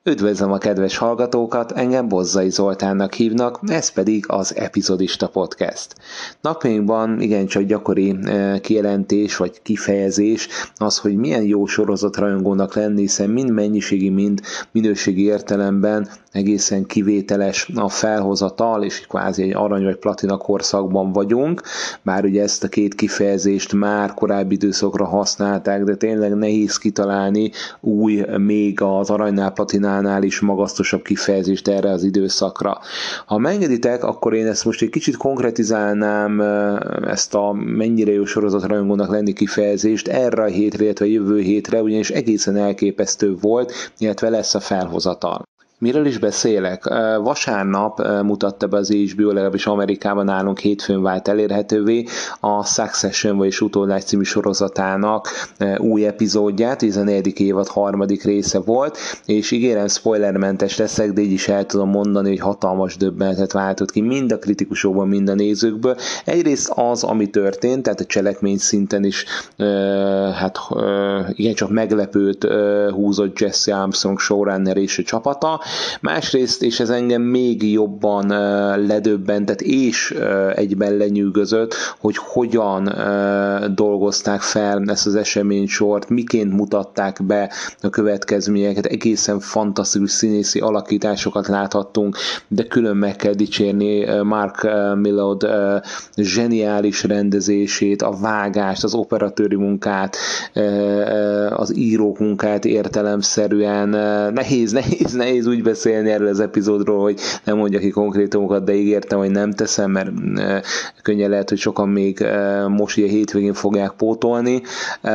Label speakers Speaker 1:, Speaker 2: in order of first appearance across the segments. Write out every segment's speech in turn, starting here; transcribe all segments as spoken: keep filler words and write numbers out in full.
Speaker 1: Üdvözlöm a kedves hallgatókat, engem Bozzai Zoltánnak hívnak, ez pedig az Epizodista Podcast. Napjainkban igencsak gyakori kijelentés vagy kifejezés az, hogy milyen jó sorozatrajongónak lenni, hiszen mind mennyiségi, mind minőségi értelemben egészen kivételes a felhozatal, és kvázi egy arany vagy platina korszakban vagyunk, bár ugye ezt a két kifejezést már korábbi időszakra használták, de tényleg nehéz kitalálni új, még az aranynál, platinánál is magasztosabb kifejezést erre az időszakra. Ha megengeditek, akkor én ezt most egy kicsit konkretizálnám, ezt a mennyire jó sorozatrajongónak lenni kifejezést erre a hétre, illetve a jövő hétre, ugyanis egészen elképesztő volt, illetve lesz a felhozatal. Miről is beszélek? Vasárnap mutatta be az há bé o, legalábbis Amerikában nálunk hétfőn vált elérhetővé a Succession, vagyis Utódás című sorozatának új epizódját, ez a negyedik évad harmadik része volt, és ígérem, spoilermentes leszek, de így is el tudom mondani, hogy hatalmas döbbenetet váltott ki mind a kritikusokban, mind a nézőkből. Egyrészt az, ami történt, tehát a cselekmény szinten is hát igencsak meglepőt húzott Jesse Armstrong showrunner és a csapata. Másrészt, és ez engem még jobban uh, ledöbbentett és uh, egyben lenyűgözött, hogy hogyan uh, dolgozták fel ezt az eseménysort, miként mutatták be a következményeket, egészen fantasztikus színészi alakításokat láthattunk, de külön meg kell dicsérni uh, Mark uh, Mylod uh, zseniális rendezését, a vágást, az operatőri munkát, uh, uh, az írók munkát értelemszerűen. Uh, nehéz, nehéz, nehéz úgy beszélni erről az epizódról, hogy nem mondjak ki konkrétumokat, de ígértem, hogy nem teszem, mert e, könnyen lehet, hogy sokan még e, most ilyen hétvégén fogják pótolni. E,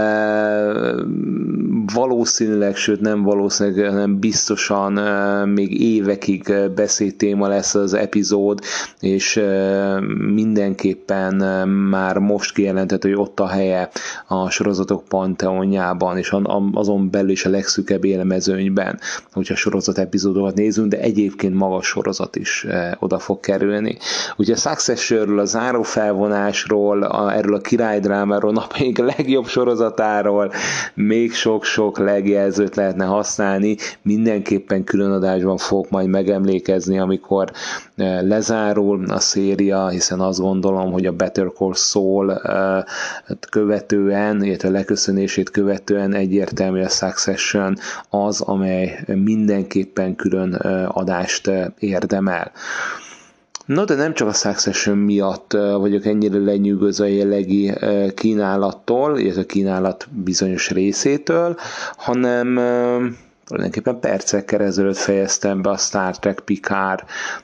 Speaker 1: valószínűleg, sőt nem valószínűleg, hanem biztosan e, még évekig beszédtéma lesz az epizód, és e, mindenképpen e, már most kijelentett, hogy ott a helye a sorozatok panteonjában, és azon belül is a legszűkebb élmezőnyben, hogyha sorozat epizódokat nézünk, de egyébként magas sorozat is e, oda fog kerülni. Ugye a Successionről, a záró felvonásról, a, erről a királydrámáról, napjaink legjobb sorozatáról még sok-sok legjelzőt lehetne használni, mindenképpen különadásban fogok majd megemlékezni, amikor e, lezárul a széria, hiszen azt gondolom, hogy a Better Call Saul e, követően, illetve leköszönését követően egyértelmű a Succession az, amely mindenképpen külön adást érdemel. No, de nem csak a Succession miatt vagyok ennyire lenyűgözve a jellegi kínálattól, illetve a kínálat bizonyos részétől, hanem tulajdonképpen percekkel ezelőtt fejeztem be a Star Trek Picard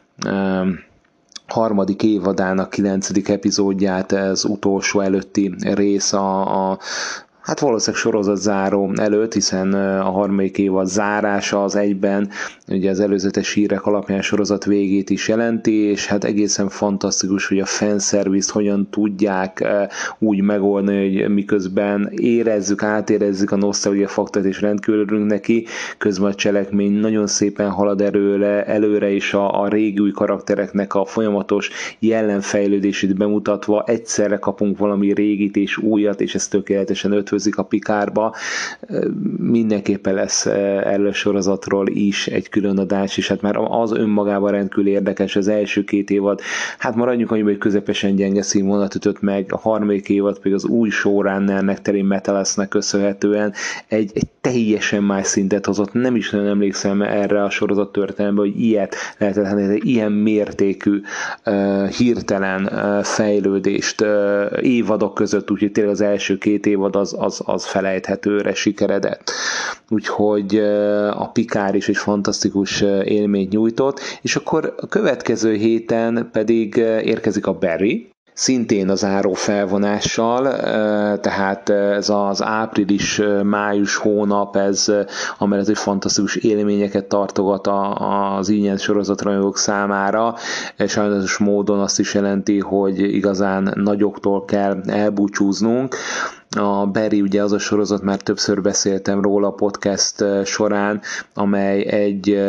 Speaker 1: harmadik évadának kilencedik epizódját, ez utolsó előtti rész a, a hát valószínűleg sorozatzáró előtt, hiszen a harmadik évad zárása az egyben ugye az előzetes hírek alapján sorozat végét is jelenti, és hát egészen fantasztikus, hogy a fanservice-t hogyan tudják úgy megoldani, hogy miközben érezzük, átérezzük a nosztalgia faktort, és rendkívül örülünk neki, közben a cselekmény nagyon szépen halad előre, előre és a, a régi új karaktereknek a folyamatos jelenfejlődését bemutatva egyszerre kapunk valami régit és újat, és ez tökéletesen ötvözik a Picardba. Mindenképpen lesz erről a sorozatról is egy külön adás, és hát már az önmagában rendkívül érdekes, az első két évad, hát maradjunk annyiban, hogy közepesen gyenge színvonalat ütött meg, a harmadik évad pedig az új showrunnernek, Terry Matalasnak köszönhetően egy, egy teljesen más szintet hozott. Nem is nagyon emlékszem erre a sorozat történelemben, hogy ilyet lehetett, hát ilyen mértékű uh, hirtelen uh, fejlődést uh, évadok között, úgyhogy tényleg az első két évad az, az, az felejthetőre sikeredett. Úgyhogy uh, a Picard is egy fantasztikus uh, élményt nyújtott, és akkor a következő héten pedig uh, érkezik a Barry, szintén az záró felvonással, tehát ez az április-május hónap, ez, amely ez egy fantasztikus élményeket tartogat az ilyen sorozatrajongók számára, és sajnos módon azt is jelenti, hogy igazán nagyoktól kell elbúcsúznunk. A Barry ugye az a sorozat, már többször beszéltem róla a podcast során, amely egy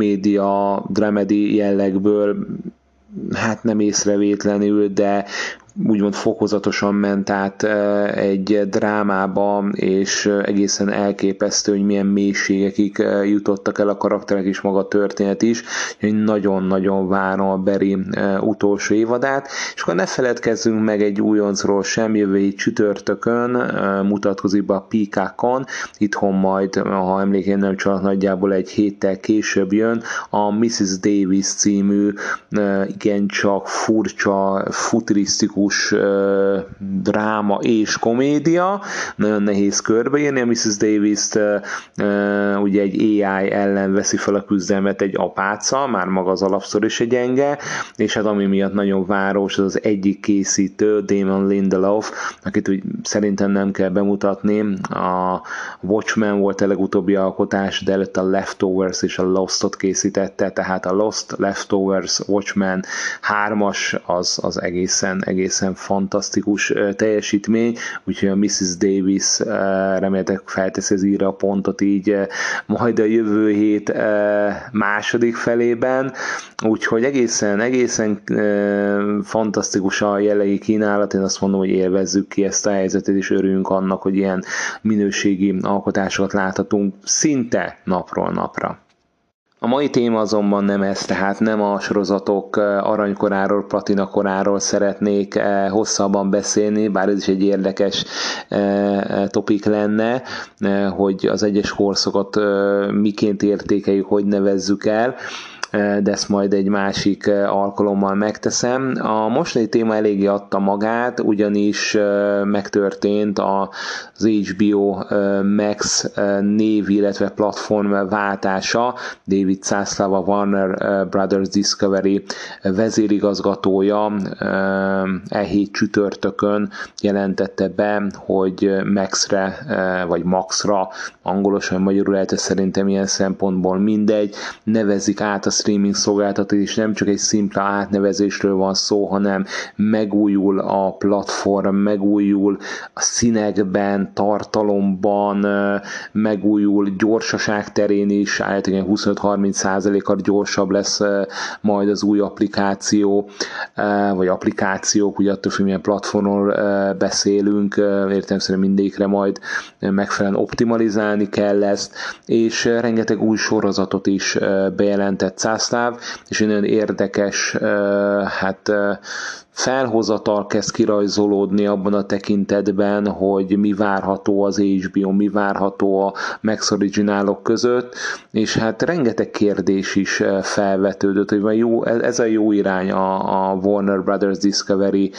Speaker 1: komédia, dramedy jellegből hát nem észrevétlenül, de úgymond fokozatosan ment át egy drámába, és egészen elképesztő, hogy milyen mélységekig jutottak el a karakterek és maga a történet is. Nagyon-nagyon várom a Barry utolsó évadát, és akkor ne feledkezzünk meg egy újoncról sem, jövő hét csütörtökön mutatkozik be a Peacockon, itthon majd, ha emlékeim nem csak nagyjából egy héttel később jön, a missus Davis című igencsak furcsa, futurisztikus dráma és komédia. Nagyon nehéz körbeírni. A missus Davis-t ugye egy á i ellen veszi fel a küzdelmet egy apáca, már maga az alapszor is egy gyenge, és hát ami miatt nagyon város, az az egyik készítő, Damon Lindelof, akit úgy szerintem nem kell bemutatni. A Watchmen volt a legutóbbi alkotás, de előtt a Leftovers és a Lostot készítette, tehát a Lost, Leftovers, Watchmen hármas az, az egészen, egészen fantasztikus teljesítmény, úgyhogy a missus Davis reméltek felteszi az íra a pontot így majd a jövő hét második felében, úgyhogy egészen, egészen fantasztikus a jelenlegi kínálat, én azt mondom, hogy élvezzük ki ezt a helyzetet, és örüljünk annak, hogy ilyen minőségi alkotásokat láthatunk szinte napról napra. A mai téma azonban nem ez, tehát nem a sorozatok aranykoráról, platinakoráról szeretnék hosszabban beszélni, bár ez is egy érdekes topik lenne, hogy az egyes korszokat miként értékeljük, hogy nevezzük el, de ezt majd egy másik alkalommal megteszem. A mostani téma eléggé adta magát, ugyanis megtörtént az há bé o Max név, illetve platform váltása. David Zaslav, a Warner Brothers Discovery vezérigazgatója e hét csütörtökön jelentette be, hogy Maxre, vagy Maxra, angolosan, magyarul lehet, szerintem ilyen szempontból mindegy, nevezik át a streaming szolgáltató, és nem csak egy szimpla átnevezésről van szó, hanem megújul a platform, megújul a színekben, tartalomban, megújul gyorsaság terén is, általában huszonöt-harminc százalékkal gyorsabb lesz majd az új applikáció, vagy applikációk, ugye attól függ, milyen platformról beszélünk, értelemszerűen mindegyikre majd megfelelően optimalizálni kell ezt, és rengeteg új sorozatot is bejelentett Zaslav, és egy nagyon érdekes hát felhozatal kezd kirajzolódni abban a tekintetben, hogy mi várható az há bé o, mi várható a Max originálok között, és hát rengeteg kérdés is felvetődött, hogy van jó, ez a jó irány a, a Warner Brothers Discovery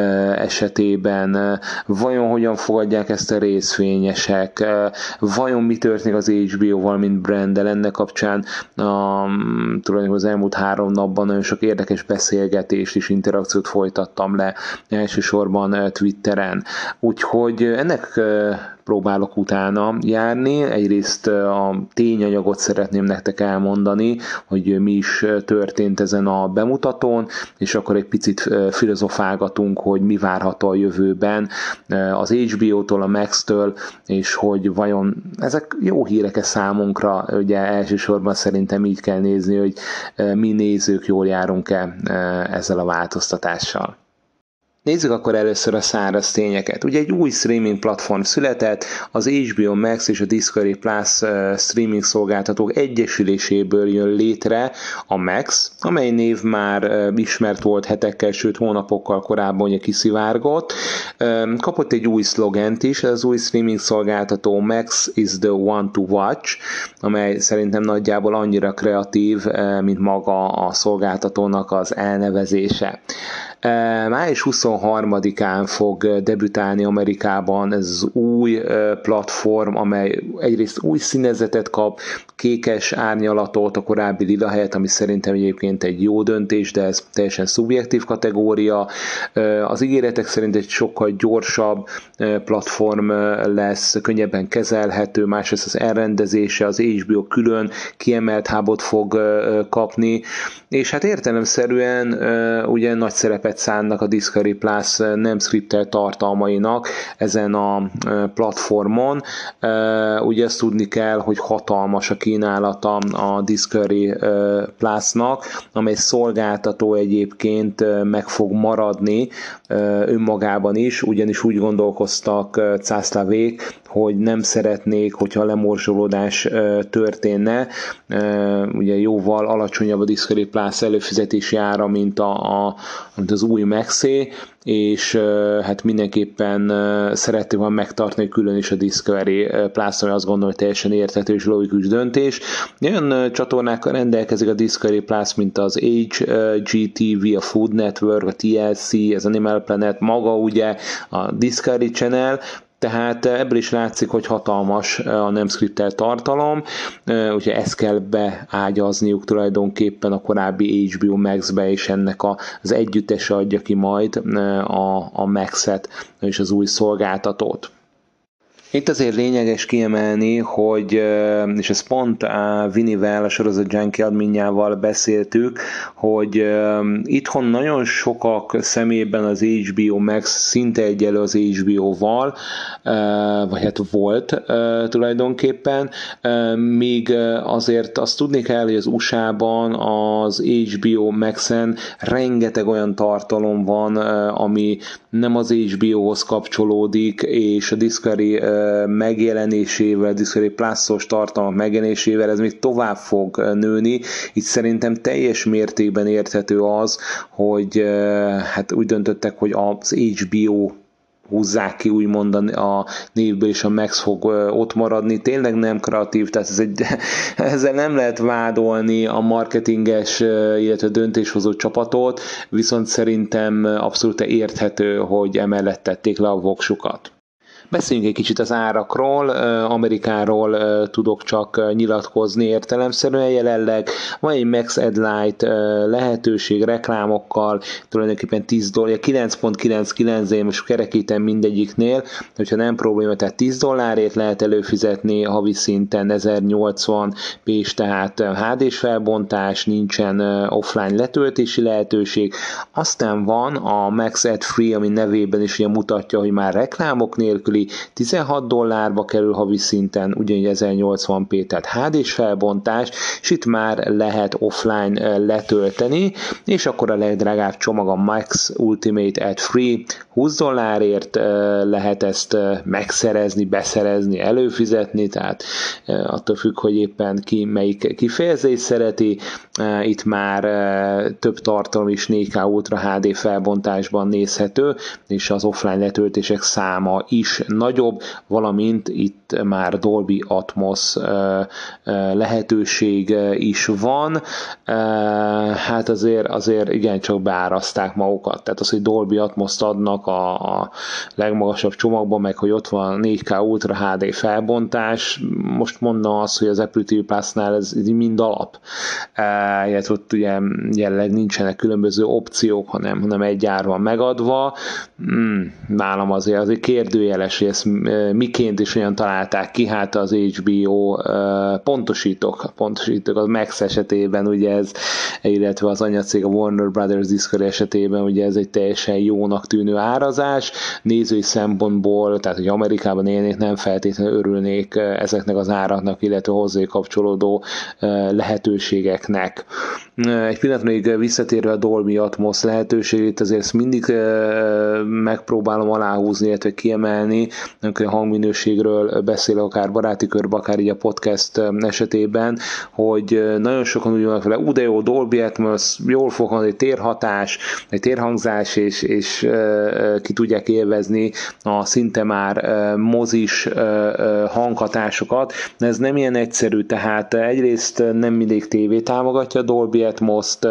Speaker 1: esetében, vajon hogyan fogadják ezt a részvényesek, vajon mi történik az há bé o-val, mint branddel, ennek kapcsán a, tulajdonképpen az elmúlt három napban nagyon sok érdekes beszélgetést és interakciót folytattam le elsősorban Twitteren. Úgyhogy ennek próbálok utána járni. Egyrészt a tényanyagot szeretném nektek elmondani, hogy mi is történt ezen a bemutatón, és akkor egy picit filozofálgatunk, hogy mi várható a jövőben az há bé o-tól, a Max-től, és hogy vajon ezek jó hírek-e számunkra, ugye elsősorban szerintem így kell nézni, hogy mi nézők jól járunk-e ezzel a változtatással. Nézzük akkor először a száraz tényeket. Ugye egy új streaming platform született, az há bé o Max és a Discovery Plus streaming szolgáltatók egyesüléséből jön létre a Max, amely név már ismert volt hetekkel, sőt hónapokkal korábban ugye kiszivárgott. Kapott egy új szlogent is, az új streaming szolgáltató Max is the one to watch, amely szerintem nagyjából annyira kreatív, mint maga a szolgáltatónak az elnevezése. május huszonharmadikán fog debütálni Amerikában ez az új platform, amely egyrészt új színezetet kap, kékes árnyalatot a korábbi lila helyett, ami szerintem egyébként egy jó döntés, de ez teljesen szubjektív kategória. Az ígéretek szerint egy sokkal gyorsabb platform lesz, könnyebben kezelhető, másrészt az elrendezése, az há bé o külön kiemelt hubot fog kapni, és hát értelemszerűen ugye nagy szerepet többet szánnak a Discovery Plus nem scriptelt tartalmainak ezen a platformon. Ugye ezt tudni kell, hogy hatalmas a kínálata a Discovery Plusnak, amely szolgáltató egyébként meg fog maradni önmagában is, ugyanis úgy gondolkoztak Zászlavék, hogy nem szeretnék, hogyha lemorzsolódás történne. Ugye jóval alacsonyabb a Discovery Plus előfizetési ára, mint, a, a, mint az új Maxé, és hát mindenképpen szerették volna megtartani külön is a Discovery Plus, ami azt gondolom, hogy teljesen érthető és logikus döntés. Olyan csatornákkal rendelkezik a Discovery Plus, mint az há gé té vé, a Food Network, a té el cé, az Animal Planet, maga ugye a Discovery Channel, tehát ebből is látszik, hogy hatalmas a nem scriptelt tartalom, úgyhogy ezt kell beágyazniuk tulajdonképpen a korábbi há bé o Max-be, és ennek az együttese adja ki majd a, a Max-et és az új szolgáltatót. Itt azért lényeges kiemelni, hogy, és ezt pont Vinivel, a Sorozat Junkie adminjával beszéltük, hogy itthon nagyon sokak szemében az há bé o Max szinte egyenlő az há bé o-val, vagy hát volt tulajdonképpen, míg azért azt tudni kell, hogy az u es á-ban az há bé o Maxen rengeteg olyan tartalom van, ami nem az há bé o-hoz kapcsolódik, és a Discovery megjelenésével, Discovery Plus-os tartalmak megjelenésével ez még tovább fog nőni. Itt szerintem teljes mértékben érthető az, hogy hát úgy döntöttek, hogy az há bé o húzzák ki úgymond a névből, és a Max fog ott maradni. Tényleg nem kreatív, tehát ez egy, ezzel nem lehet vádolni a marketinges, illetve döntéshozó csapatot, viszont szerintem abszolút érthető, hogy emellett tették le a voksukat. Beszéljünk egy kicsit az árakról, Amerikáról tudok csak nyilatkozni értelemszerűen jelenleg. Van egy Max Ad Lite lehetőség reklámokkal, tulajdonképpen tíz dollár, kilenc egész kilencvenkilenc, én most kerekítem mindegyiknél, hogyha nem probléma, tehát tíz dollárért lehet előfizetni havi szinten ezernyolcvan pés, tehát há dés felbontás, nincsen offline letöltési lehetőség. Aztán van a Max Ad Free, ami nevében is ugye mutatja, hogy már reklámok nélküli tizenhat dollárba kerül havi szinten, ugyanígy ezernyolcvan pé, tehát há dés felbontás, és itt már lehet offline letölteni, és akkor a legdrágább csomag a Max Ultimate Ad Free, húsz dollárért lehet ezt megszerezni, beszerezni, előfizetni, tehát attól függ, hogy éppen ki melyik kifejezést szereti. Itt már több tartalom is négy ká Ultra há dé felbontásban nézhető, és az offline letöltések száma is nagyobb, valamint itt már Dolby Atmos lehetőség is van. Hát azért, azért igencsak beáraszták magukat. Tehát az, hogy Dolby Atmos-t adnak a, a legmagasabb csomagban, meg hogy ott van négy ká Ultra há dé felbontás, most mondom azt, hogy az Apple té vé Plus-nál ez mind alap. Illetve ott ugye jelenleg nincsenek különböző opciók, hanem, hanem egy ár van megadva. Hmm, nálam azért, azért kérdőjeles, hogy ezt miként is olyan találták ki, hát az há bé o pontosítok, pontosítok az Max esetében, ugye ez, illetve az anyacég a Warner Brothers Discovery esetében, ugye ez egy teljesen jónak tűnő árazás, nézői szempontból, tehát hogy Amerikában élnék, nem feltétlenül örülnék ezeknek az áraknak, illetve hozzá kapcsolódó lehetőségek. Egy pillanat még visszatérve a Dolby Atmos lehetőségét, azért ezt mindig megpróbálom aláhúzni, illetve kiemelni, amikor a hangminőségről beszél akár baráti körben, akár így a podcast esetében, hogy nagyon sokan úgy vannak vele, ú, de jó, Dolby Atmos, jól fog hangzni, egy térhatás, egy térhangzás, és, és ki tudják élvezni a szinte már mozis hanghatásokat, de ez nem ilyen egyszerű, tehát egyrészt nem mindig tévé támogatja a Dolby Atmos-t,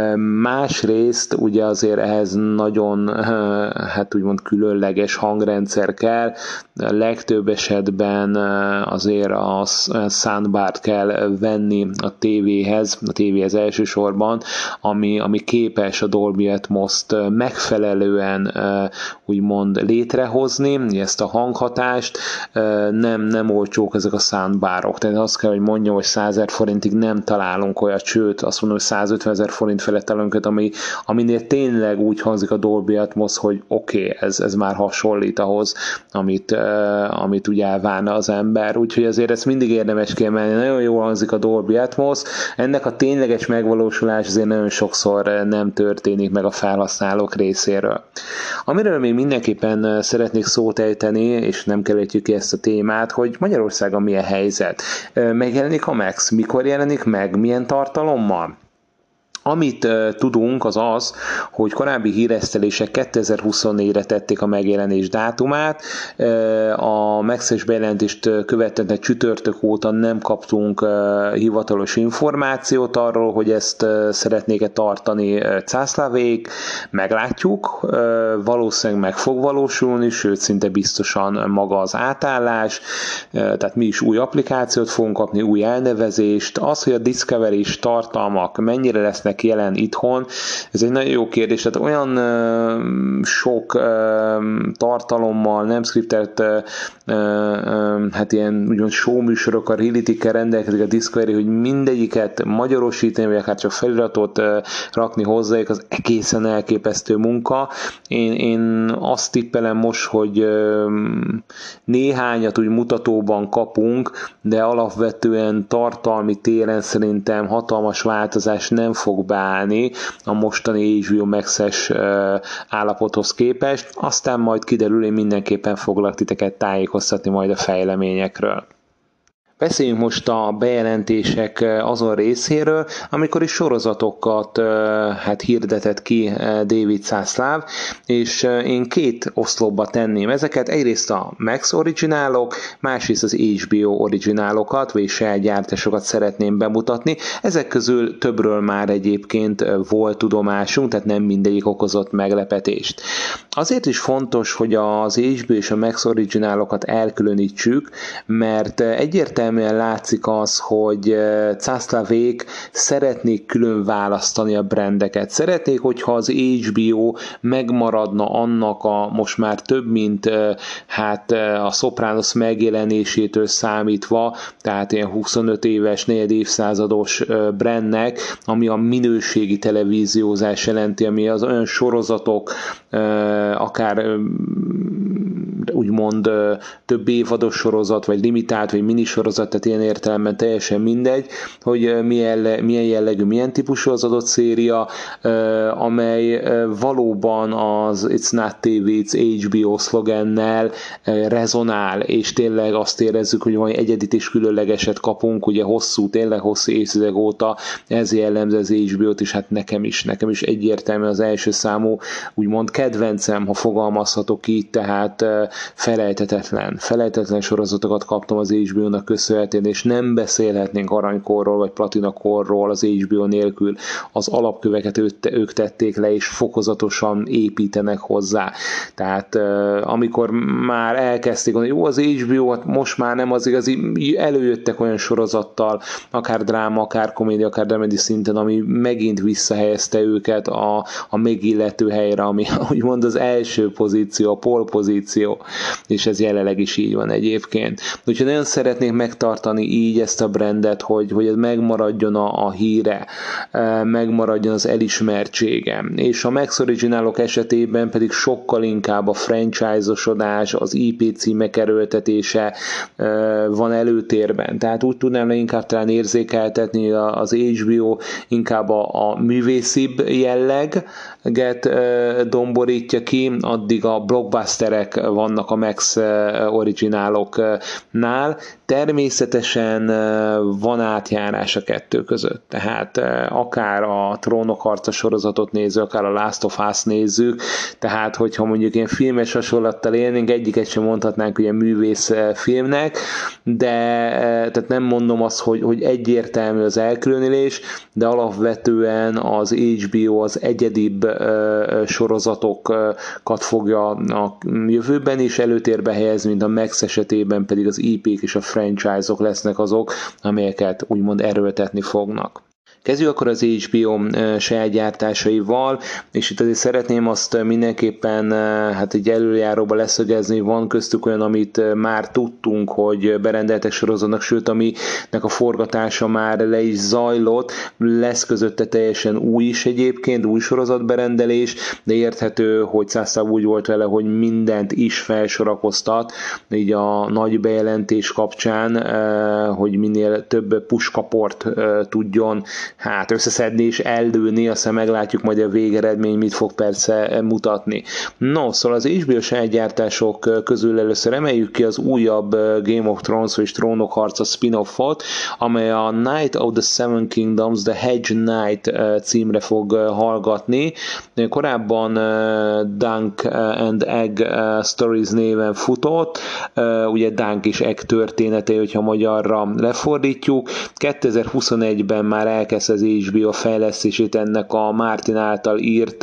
Speaker 1: másrészt ugye azért ehhez nagyon, hát úgymond különleges hangrendszer rendszer kell, legtöbb esetben azért a soundbart kell venni a tévéhez, a tévéhez elsősorban, ami, ami képes a Dolby Atmos-t megfelelően úgymond létrehozni, ezt a hanghatást. Nem, nem olcsók ezek a soundbarok, tehát azt kell, hogy mondjam, hogy százezer forintig nem találunk olyat, sőt azt mondom, hogy százötvenezer forint felett találunk, ami, aminél tényleg úgy hangzik a Dolby Atmos, hogy oké, okay, ez, ez már hasonlít ahhoz, amit, uh, amit ugye elvárna az ember, úgyhogy azért ezt mindig érdemes kiemelni, nagyon jól hangzik a Dolby Atmos, ennek a tényleges megvalósulás azért nagyon sokszor nem történik meg a felhasználók részéről. Amiről még mindenképpen szeretnék szót ejteni, és nem kerülhetjük ki ezt a témát, hogy Magyarországon milyen helyzet. Megjelenik a Max, mikor jelenik meg, milyen tartalommal? Amit uh, tudunk, az az, hogy korábbi híresztelések kétezer-huszonnégyre tették a megjelenés dátumát. Uh, a Maxes bejelentést követően csütörtök óta nem kaptunk uh, hivatalos információt arról, hogy ezt uh, szeretnék-e tartani uh, Császlávék. Meglátjuk, uh, valószínűleg meg fog valósulni, sőt szinte biztosan maga az átállás. Uh, tehát mi is új applikációt fogunk kapni, új elnevezést. Az, hogy a Discovery-s tartalmak mennyire lesznek jelen itthon, ez egy nagyon jó kérdés, tehát olyan uh, sok uh, tartalommal, nem scriptelt uh, uh, hát ilyen úgymond show műsorokkal, reality-kkel rendelkezik a Discovery, hogy mindegyiket magyarosítani, vagy akár csak feliratot uh, rakni hozzájuk, az egészen elképesztő munka. Én, én azt tippelem most, hogy uh, néhányat úgy mutatóban kapunk, de alapvetően tartalmi téren szerintem hatalmas változás nem fog beállni a mostani há bé o Max-es állapothoz képest, aztán majd kiderül, én mindenképpen foglak titeket tájékoztatni majd a fejleményekről. Beszéljünk most a bejelentések azon részéről, amikor is sorozatokat hát hirdetett ki David Zaslav, és én két oszlopba tenném ezeket. Egyrészt a Max originálok, másrészt az há bé o originálokat, vagy saját gyártásokat szeretném bemutatni. Ezek közül többről már egyébként volt tudomásunk, tehát nem mindegyik okozott meglepetést. Azért is fontos, hogy az há bé o és a Max originálokat elkülönítsük, mert egyértelműen látszik az, hogy Császlávék szeretnék külön választani a brandeket. Szeretnék, hogyha az há bé o megmaradna annak a most már több mint hát a Sopranos megjelenésétől számítva, tehát ilyen huszonöt éves, negyed évszázados brandnek, ami a minőségi televíziózás jelenti, ami az olyan sorozatok, akár úgymond több évados sorozat, vagy limitált, vagy minisorozat, tehát ilyen értelemben teljesen mindegy, hogy milyen, milyen jellegű, milyen típusú az adott széria, amely valóban az It's not té vé, it's há bé o szlogennel rezonál, és tényleg azt érezzük, hogy valami egyedit és különlegeset kapunk, ugye hosszú, tényleg hosszú évtizedek óta ez jellemző az há bé o-t is, hát nekem is, nekem is egyértelműen az első számú, úgymond kedvencem, ha fogalmazhatok így, tehát felejthetetlen, felejthetetlen sorozatokat kaptam az há bé o-nak köszönhetően, és nem beszélhetnénk aranykorról vagy platinakorról az há bé o nélkül. Az alapköveket ők tették le, és fokozatosan építenek hozzá. Tehát amikor már elkezdték hogy jó, az há bé o, hát most már nem az igazi, előjöttek olyan sorozattal, akár dráma, akár komédia, akár dramedi szinten, ami megint visszahelyezte őket a, a megillető helyre, ami úgymond az első pozíció, a pole pozíció, és ez jelenleg is így van egyébként. Úgyhogy nagyon szeretnék megtartani így ezt a brandet, hogy, hogy ez megmaradjon a, a híre, megmaradjon az elismertsége. És a Max originálok esetében pedig sokkal inkább a franchise-osodás, az i pé címek erőltetése van előtérben. Tehát úgy tudnám le inkább talán érzékeltetni az há bé o inkább a, a művészibb jelleget domborítja ki, addig a blockbusterek vannak a Max origináloknál. Természetesen van átjárás a kettő között, tehát akár a Trónok harca sorozatot nézzük, akár a Last of Us nézzük, tehát hogyha mondjuk ilyen filmes hasonlattal élnénk, egyiket sem mondhatnánk ugye művész filmnek, de tehát nem mondom azt, hogy, hogy egyértelmű az elkülönülés, de alapvetően az há bé o az egyedibb sorozatokat fogja a jövőben esetében is előtérbe helyez, mint a Max esetében pedig az í pék és a franchise-ok lesznek azok, amelyeket úgymond erőltetni fognak. Kezdjük akkor az há bé o saját gyártásaival, és itt azért szeretném azt mindenképpen hát egy előjáróba leszögezni, van köztük olyan, amit már tudtunk, hogy berendeltek sorozatnak, sőt, aminek a forgatása már le is zajlott, lesz közötte teljesen új is egyébként, új sorozatberendelés, de érthető, hogy Zaslav úgy volt vele, hogy mindent is felsorakoztat, így a nagy bejelentés kapcsán, hogy minél több puskaport tudjon hát összeszedni és eldőlni, aztán meglátjuk majd a végeredmény mit fog persze mutatni. No, szóval az há bé o saját gyártások közül először emeljük ki az újabb Game of Thrones vagy Trónok harca spin-offot, amely a Night of the Seven Kingdoms, The Hedge Knight címre fog hallgatni. Korábban Dunk and Egg Stories néven futott, ugye Dunk és Egg története, hogyha magyarra lefordítjuk. kétezer-huszonegyben már elkezd az há bé o fejlesztését ennek a Martin által írt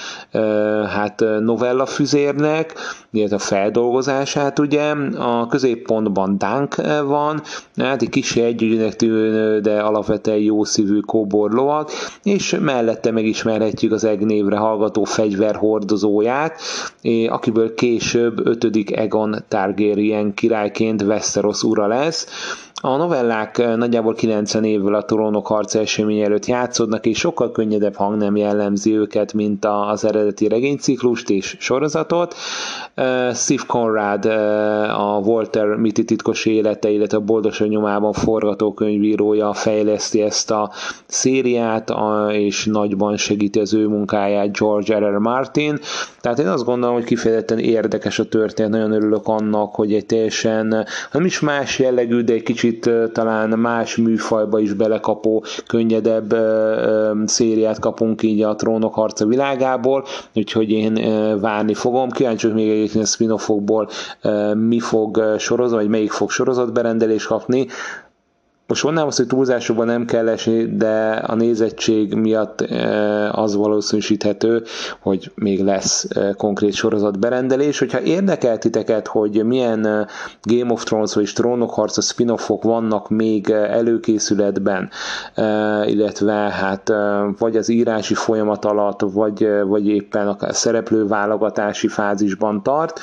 Speaker 1: hát novella füzérnek, illetve a feldolgozását ugye. A középpontban Dunk van, hát egy kicsi együgyűnek tűnő, de alapvetően jó szívű kóbor lovag, és mellette megismerhetjük az Egg névre hallgató fegyverhordozóját, akiből később ötödik Aegon Targaryen királyként Westeros ura lesz. A novellák nagyjából kilencven évvel a Trónok harca esemény előtt játszódnak, és sokkal könnyedebb hangnem jellemzi őket, mint az eredeti regényciklust és sorozatot. Steve Conrad, a Walter Mitty titkos élete, illetve a Boldogság nyomában forgatókönyvírója fejleszti ezt a szériát, és nagyban segíti az ő munkáját George er er. Martin. Tehát én azt gondolom, hogy kifejezetten érdekes a történet, nagyon örülök annak, hogy egy teljesen, nem is más jellegű, de egy kicsit talán más műfajba is belekapó, könnyedebb szériát kapunk így a Trónok harca világából, úgyhogy én várni fogom. Kíváncsi még egyébként a spin-offokból mi fog sorozat, vagy melyik fog sorozatberendelést kapni. Most mondanám azt, hogy túlzásokban nem kell esni, de a nézettség miatt az valószínűsíthető, hogy még lesz konkrét sorozatberendelés. Hogyha érdekel titeket, hogy milyen Game of Thrones vagy Trónok harca spin-offok vannak még előkészületben, illetve hát vagy az írási folyamat alatt, vagy, vagy éppen a szereplőválogatási fázisban tart,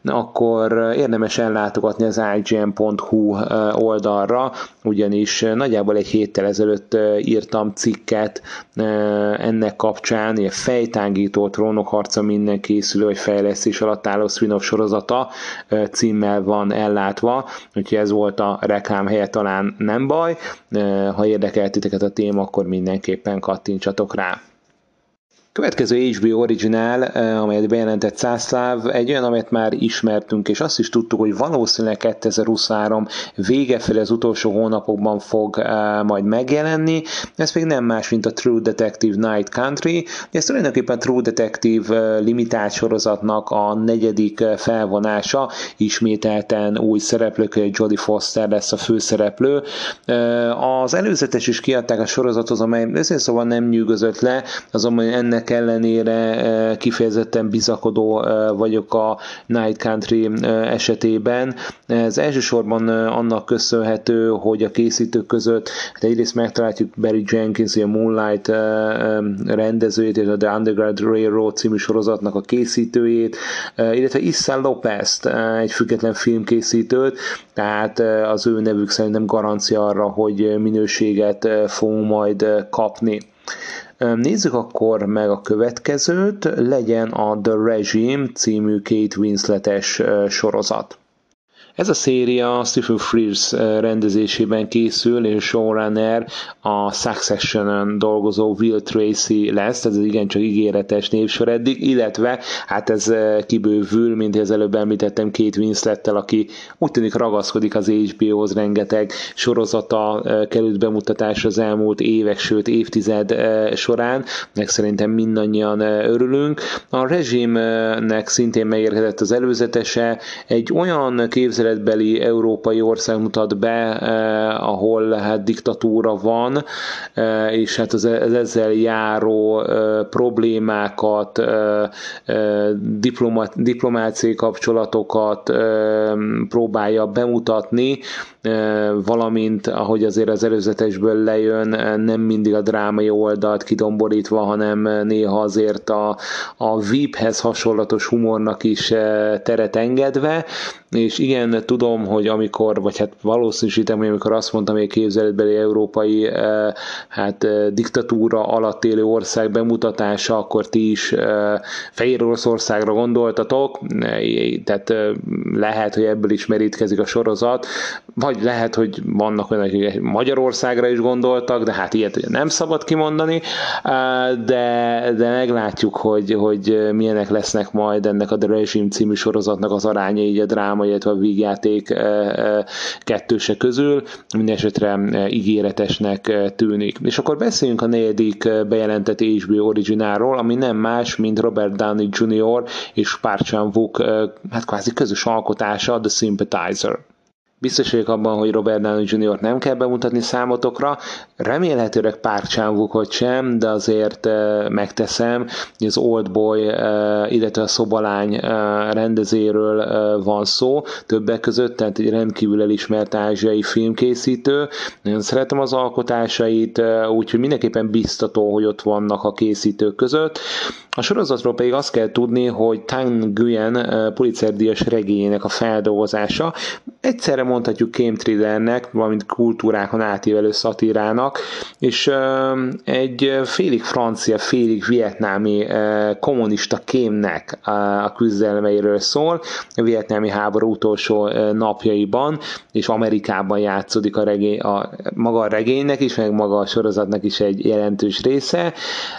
Speaker 1: akkor érdemes ellátogatni az i gé en pont hu oldalra, ugyanis is nagyjából egy héttel ezelőtt írtam cikket ennek kapcsán, ilyen fejtángító Trónok harca minden készülő vagy fejlesztés alatt álló spin-off sorozata címmel van ellátva, úgyhogy ez volt a reklám helye, talán nem baj. Ha érdekel titeket a téma, akkor mindenképpen kattintsatok rá. Következő há bé o Original, amelyet bejelentett Zaslav, egy olyan, amelyet már ismertünk, és azt is tudtuk, hogy valószínűleg kétezer-huszonhárom vége felé az utolsó hónapokban fog majd megjelenni. Ez még nem más, mint a True Detective Night Country. Ez tulajdonképpen True Detective limitált sorozatnak a negyedik felvonása, ismételten új szereplők, Jodie Foster lesz a főszereplő. Az előzetes is kiadták a sorozathoz, amely őszintén szóval nem nyűgözött le, azonban ennek ellenére kifejezetten bizakodó vagyok a Night Country esetében. Ez elsősorban annak köszönhető, hogy a készítők között hát egyrészt megtaláljuk Barry Jenkins, a Moonlight rendezőjét, és a The Underground Railroad című sorozatnak a készítőjét, illetve Issa Lopez-t, egy független filmkészítőt, tehát az ő nevük szerintem garancia arra, hogy minőséget fogunk majd kapni. Nézzük akkor meg a következőt, legyen a The Regime című Kate Winslet-es sorozat. Ez a széria Stephen Frears rendezésében készül, és showrunner a Succession-ön dolgozó Will Tracy lesz, ez igencsak ígéretes névsor eddig, illetve hát ez kibővül, mint az előbb említettem, Kate Winslettel, aki úgy tűnik ragaszkodik az há bé o-hoz, rengeteg sorozata került bemutatásra az elmúlt évek, sőt évtized során, meg szerintem mindannyian örülünk. A Regime-nek szintén megérkezett az előzetese, egy olyan képzelet képzeletbeli európai ország mutat be, ahol hát diktatúra van, és hát az ezzel járó problémákat, diplomáciai kapcsolatokat próbálja bemutatni, valamint, ahogy azért az előzetesből lejön, nem mindig a drámai oldalt kidomborítva, hanem néha azért a, a vé i pé-hez hasonlatos humornak is teret engedve, és igen, tudom, hogy amikor, vagy hát valószínűsítem, hogy amikor azt mondtam, hogy a képzeletbeli európai hát diktatúra alatt élő ország bemutatása, akkor ti is Fehér Oroszországra gondoltatok, tehát lehet, hogy ebből is merítkezik a sorozat, vagy lehet, hogy vannak olyanok, akik Magyarországra is gondoltak, de hát ilyet ugye nem szabad kimondani, de, de meglátjuk, hogy, hogy milyenek lesznek majd ennek a The Regime című sorozatnak az aránya, így a dráma, illetve a vígjáték kettőse közül, mindenesetre ígéretesnek tűnik. És akkor beszéljünk a negyedik bejelentett há bé o originálról, ami nem más, mint Robert Downey junior és Park Chan-wook hát kvázi közös alkotása, The Sympathizer. Biztos vagyok abban, hogy Robert Downey junior nem kell bemutatni számotokra, remélhetőleg Park Chan-wookot sem, de azért megteszem, hogy az Oldboy, illetve a Szobalány rendezéről van szó, többek között, tehát egy rendkívül elismert ázsiai filmkészítő. Nagyon szeretem az alkotásait, úgyhogy mindenképpen biztató, hogy ott vannak a készítők között. A sorozatról pedig azt kell tudni, hogy Tang Nguyen Pulitzer-díjas regényének a feldolgozása, egyszerre mondhatjuk kémthrillernek, valamint kultúrákon átívelő szatírának, és egy félig francia, félig vietnámi kommunista kémnek a küzdelmeiről szól, a vietnámi háború utolsó napjaiban, és Amerikában játszódik a regény, a, maga a regénynek is, meg maga a sorozatnak is egy jelentős része.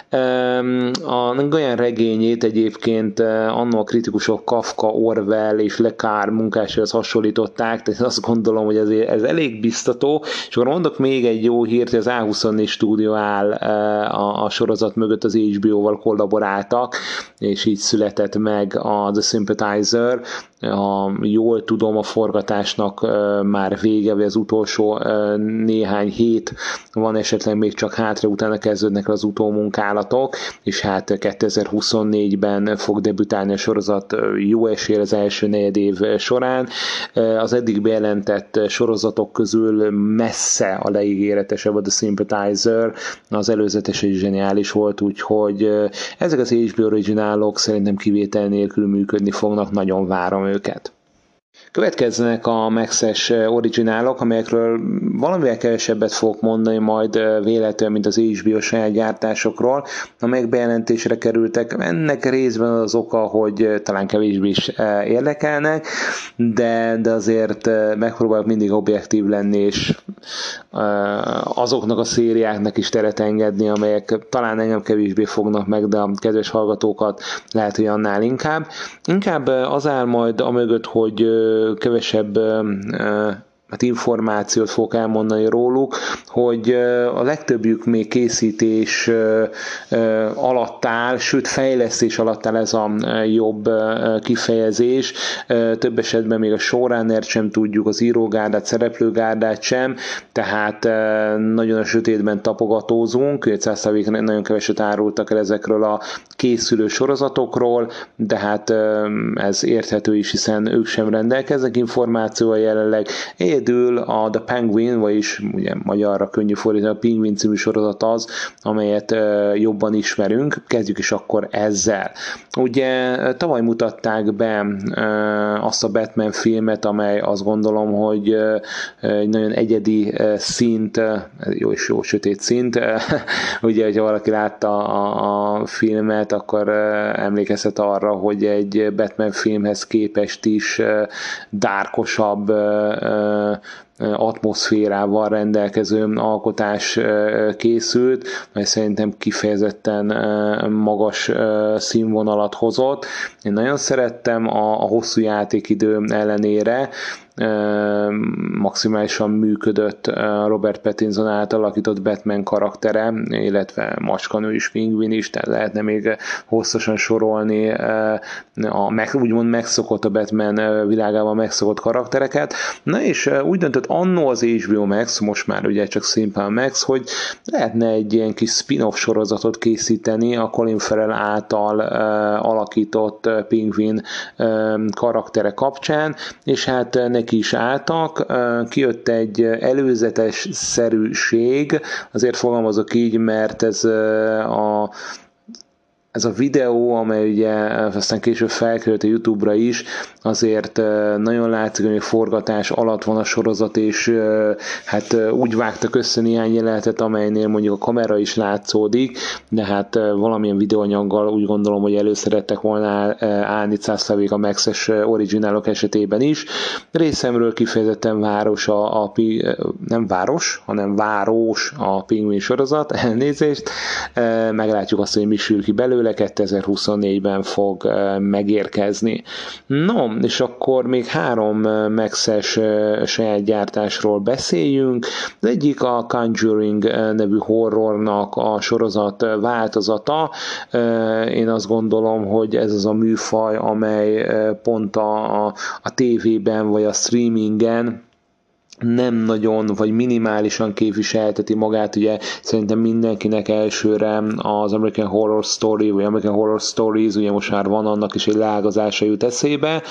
Speaker 1: A Nguyen regényét egyébként annó a kritikusok Kafka, Orwell és Le Carre munkáshoz hasonlították, tehát azt gondolom, hogy azért ez elég biztató, és akkor mondok még egy jó hírt, hogy az á huszonnégy stúdió áll a, a sorozat mögött, az há bé ó-val kollaboráltak, és így született meg a The Sympathizer. Ha jól tudom, a forgatásnak már vége, vagy az utolsó néhány hét van, esetleg még csak hátra, utána kezdődnek az utómunkálatok, és hát kétezer-huszonnégyben fog debütálni a sorozat jó eséllyel az első negyed év során. Az eddig bejelentett sorozatok közül messze a legígéretesebb a The Sympathizer, az előzetes is zseniális volt, úgyhogy ezek az há bé originálok szerintem kivétel nélkül működni fognak, nagyon várom őket. Következnek a Maxes originálok, amelyekről valamivel kevesebbet fogok mondani majd véletlenül, mint az há bé o saját gyártásokról, amelyek bejelentésre kerültek. Ennek részben az oka, hogy talán kevésbé is érdekelnek, de, de azért megpróbálok mindig objektív lenni, és azoknak a szériáknak is teret engedni, amelyek talán engem kevésbé fognak meg, de a kedves hallgatókat lehet, hogy annál inkább. Inkább az áll majd amögött, hogy kevesebb hát információt fogok elmondani róluk, hogy a legtöbbjük még készítés alatt áll, sőt fejlesztés alatt áll, ez a jobb kifejezés. Több esetben még a showrunnert sem tudjuk, az írógárdát, szereplőgárdát sem, tehát nagyon a sötétben tapogatózunk, ötszáz évig nagyon keveset árultak el ezekről a készülő sorozatokról, de hát ez érthető is, hiszen ők sem rendelkeznek információval jelenleg. Egyedül a The Penguin, vagyis ugye magyarra könnyű fordítani, a Penguin című sorozat az, amelyet jobban ismerünk. Kezdjük is akkor ezzel. Ugye tavaly mutatták be azt a Batman filmet, amely azt gondolom, hogy egy nagyon egyedi szint, jó és jó sötét szint. Ugye, hogyha valaki látta a, a filmet, akkor emlékezhet arra, hogy egy Batman filmhez képest is dárkosabb atmoszférával rendelkező alkotás készült, mely szerintem kifejezetten magas színvonalat hozott. Én nagyon szerettem a, a hosszú játékidő ellenére, maximálisan működött Robert Pattinson által alakított Batman karaktere, illetve macskanő is, pingvin is, tehát lehetne még hosszasan sorolni a meg, úgymond megszokott a Batman világában megszokott karaktereket. Na és úgy döntött annó az há bé o Max, most már ugye csak szimplán Max, hogy lehetne egy ilyen kis spin-off sorozatot készíteni a Colin Farrell által alakított pingvin karaktere kapcsán, és hát neki is álltak. Kijött egy előzetes szerűség, azért fogalmazok így, mert ez a Ez a videó, amely ugye aztán később felkerült a YouTube-ra is, azért nagyon látszik, hogy forgatás alatt van a sorozat, és hát úgy vágtak össze néhány jelenetet, amelynél mondjuk a kamera is látszódik, de hát valamilyen videóanyaggal úgy gondolom, hogy előszerettek volna állni száz százalék a Max-es originálok esetében is. Részemről kifejezetten város a, a nem város, hanem város a pingvin sorozat, elnézést. Meglátjuk azt, hogy mi sül ki belőle, kétezer-huszonnégyben fog megérkezni. No, és akkor még három Max-es saját gyártásról beszéljünk. Az egyik a Conjuring nevű horrornak a sorozat változata. Én azt gondolom, hogy ez az a műfaj, amely pont a, a, a tévében vagy a streamingen nem nagyon, vagy minimálisan képviselteti magát, ugye szerintem mindenkinek elsőre az American Horror Story, vagy American Horror Stories, ugye most már van annak is egy leágazása jut eszébe,